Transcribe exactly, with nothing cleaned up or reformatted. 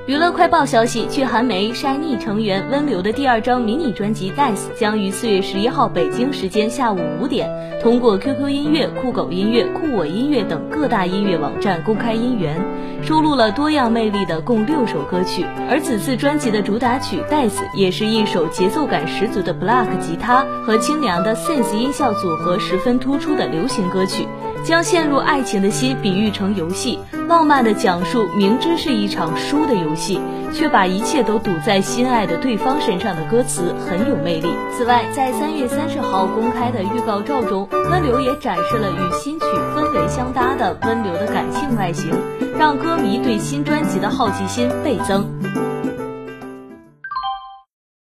娱乐快报消息，据韩媒 ，SHINee 成员温流的第二张迷你专辑《Dance》将于四月十一号北京时间下午五点，通过 Q Q 音乐、酷狗音乐、酷我音乐等各大音乐网站公开音源，收录了多样魅力的共六首歌曲。而此次专辑的主打曲《Dance》也是一首节奏感十足的 Block 吉他和清凉的 Synth 音效组合十分突出的流行歌曲，将陷入爱情的心比喻成游戏，浪漫的讲述明知是一场输的游戏，却把一切都赌在心爱的对方身上的歌词很有魅力。此外，在三月三十号公开的预告照中，温流也展示了与新曲氛围相搭的温流的感性外形，让歌迷对新专辑的好奇心倍增。